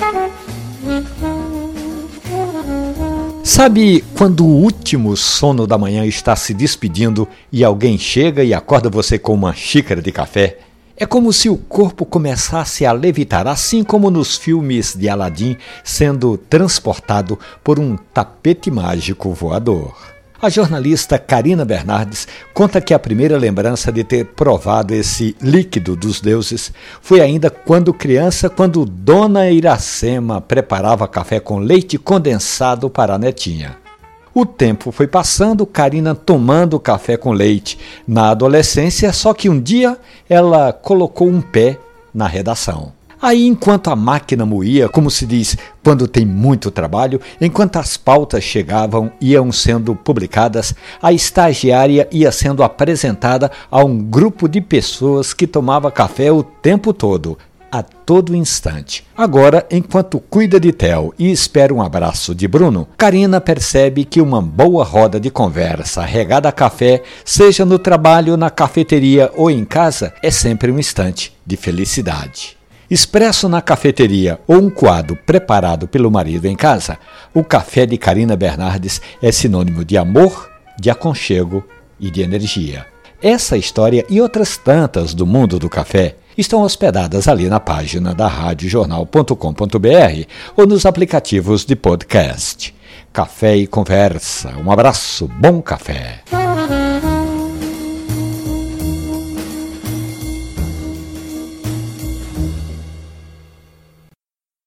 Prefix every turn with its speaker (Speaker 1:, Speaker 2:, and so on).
Speaker 1: Sabe quando o último sono da manhã está se despedindo e alguém chega e acorda você com uma xícara de café? É como se o corpo começasse a levitar, assim como nos filmes de Aladim, sendo transportado por um tapete mágico voador. A jornalista Carina Bernardes conta que a primeira lembrança de ter provado esse líquido dos deuses foi ainda quando criança, quando Dona Iracema preparava café com leite condensado para a netinha. O tempo foi passando, Carina tomando café com leite na adolescência, só que um dia ela colocou um pé na redação. Aí, enquanto a máquina moía, como se diz, quando tem muito trabalho, enquanto as pautas chegavam e iam sendo publicadas, a estagiária ia sendo apresentada a um grupo de pessoas que tomava café o tempo todo, a todo instante. Agora, enquanto cuida de Theo e espera um abraço de Bruno, Carina percebe que uma boa roda de conversa regada a café, seja no trabalho, na cafeteria ou em casa, é sempre um instante de felicidade. Expresso na cafeteria ou um quadro preparado pelo marido em casa, o café de Carina Bernardes é sinônimo de amor, de aconchego e de energia. Essa história e outras tantas do mundo do café estão hospedadas ali na página da radiojornal.com.br ou nos aplicativos de podcast. Café e conversa. Um abraço, bom café.